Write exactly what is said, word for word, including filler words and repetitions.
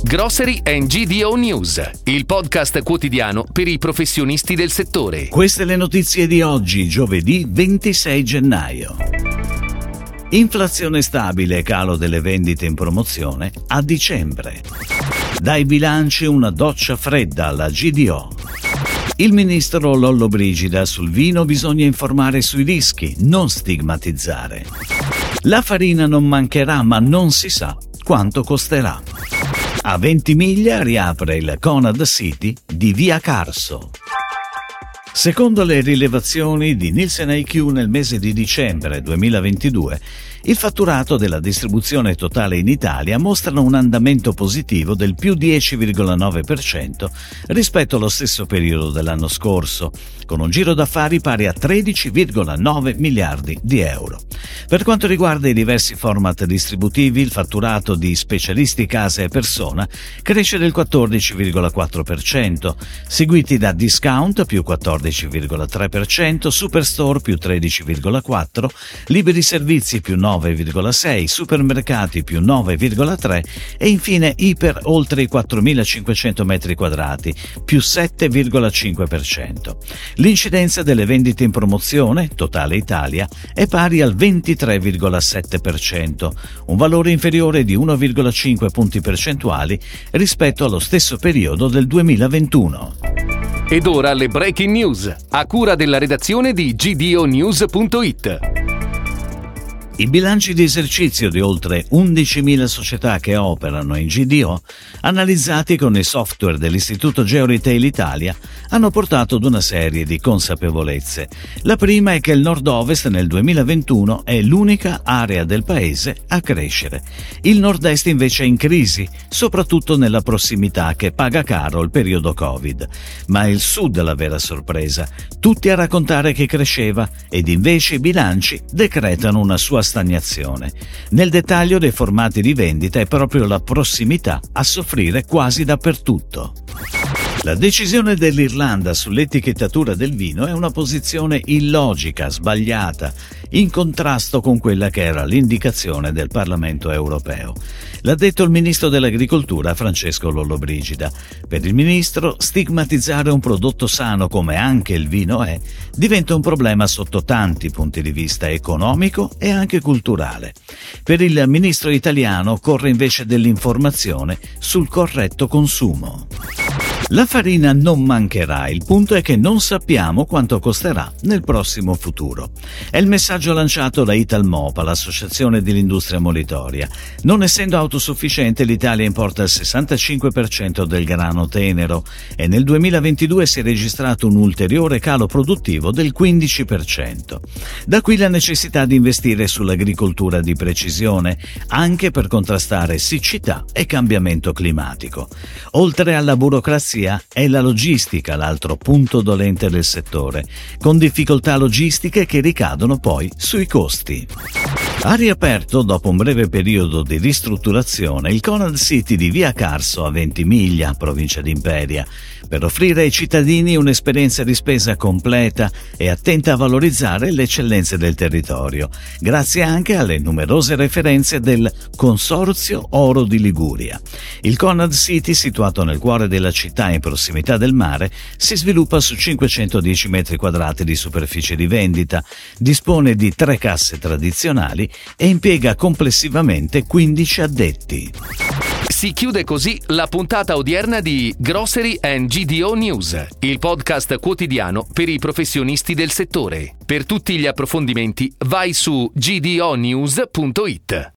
Grocery and G D O News, il podcast quotidiano per i professionisti del settore. Queste le notizie di oggi, giovedì ventisei gennaio. Inflazione stabile e calo delle vendite in promozione a dicembre. Dai bilanci una doccia fredda alla G D O. Il ministro Lollobrigida: sul vino bisogna informare sui rischi, non stigmatizzare. La farina non mancherà, ma non si sa quanto costerà. A Ventimiglia riapre il Conad City di Via Carso. Secondo le rilevazioni di Nielsen I Q nel mese di dicembre duemilaventidue, il fatturato della distribuzione totale in Italia mostra un andamento positivo del più dieci virgola nove per cento rispetto allo stesso periodo dell'anno scorso, con un giro d'affari pari a tredici virgola nove miliardi di euro. Per quanto riguarda i diversi format distributivi, il fatturato di specialisti casa e persona cresce del quattordici virgola quattro per cento, seguiti da discount più quattordici virgola tre per cento, superstore più tredici virgola quattro per cento, liberi servizi più nove virgola sei, supermercati più nove virgola tre e infine iper oltre i quattromilacinquecento metri quadrati più sette virgola cinque per cento. L'incidenza delle vendite in promozione, totale Italia, è pari al ventitré virgola sette per cento, un valore inferiore di uno virgola cinque punti percentuali rispetto allo stesso periodo del duemilaventuno. Ed ora le breaking news, a cura della redazione di G D O News punto it. I bilanci di esercizio di oltre undicimila società che operano in G D O, analizzati con il software dell'Istituto GeoRetail Italia, hanno portato ad una serie di consapevolezze. La prima è che il nord-ovest nel duemilaventuno è l'unica area del paese a crescere. Il nord-est invece è in crisi, soprattutto nella prossimità che paga caro il periodo Covid. Ma è il sud la vera sorpresa, tutti a raccontare che cresceva ed invece i bilanci decretano una sua stagnazione. Nel dettaglio dei formati di vendita è proprio la prossimità a soffrire quasi dappertutto. La decisione dell'Irlanda sull'etichettatura del vino è una posizione illogica, sbagliata, in contrasto con quella che era l'indicazione del Parlamento europeo. L'ha detto il ministro dell'Agricoltura Francesco Lollobrigida. Per il ministro, stigmatizzare un prodotto sano come anche il vino è, diventa un problema sotto tanti punti di vista, economico e anche culturale. Per il ministro italiano occorre invece dell'informazione sul corretto consumo. La farina non mancherà, il punto è che non sappiamo quanto costerà nel prossimo futuro. È il messaggio lanciato da Italmopa, l'associazione dell'industria molitoria. Non essendo autosufficiente, l'Italia importa il sessantacinque per cento del grano tenero e nel duemilaventidue si è registrato un ulteriore calo produttivo del quindici per cento. Da qui la necessità di investire sull'agricoltura di precisione, anche per contrastare siccità e cambiamento climatico. Oltre alla burocrazia, è la logistica l'altro punto dolente del settore, con difficoltà logistiche che ricadono poi sui costi. Ha riaperto, dopo un breve periodo di ristrutturazione, il Conad City di Via Carso a Ventimiglia, provincia di Imperia, per offrire ai cittadini un'esperienza di spesa completa e attenta a valorizzare le eccellenze del territorio, grazie anche alle numerose referenze del Consorzio Oro di Liguria. Il Conad City, situato nel cuore della città in prossimità del mare, si sviluppa su cinquecentodieci metri quadrati di superficie di vendita, dispone di tre casse tradizionali e impiega complessivamente quindici addetti. Si chiude così la puntata odierna di Grocery and G D O News, il podcast quotidiano per i professionisti del settore. Per tutti gli approfondimenti vai su G D O News punto it.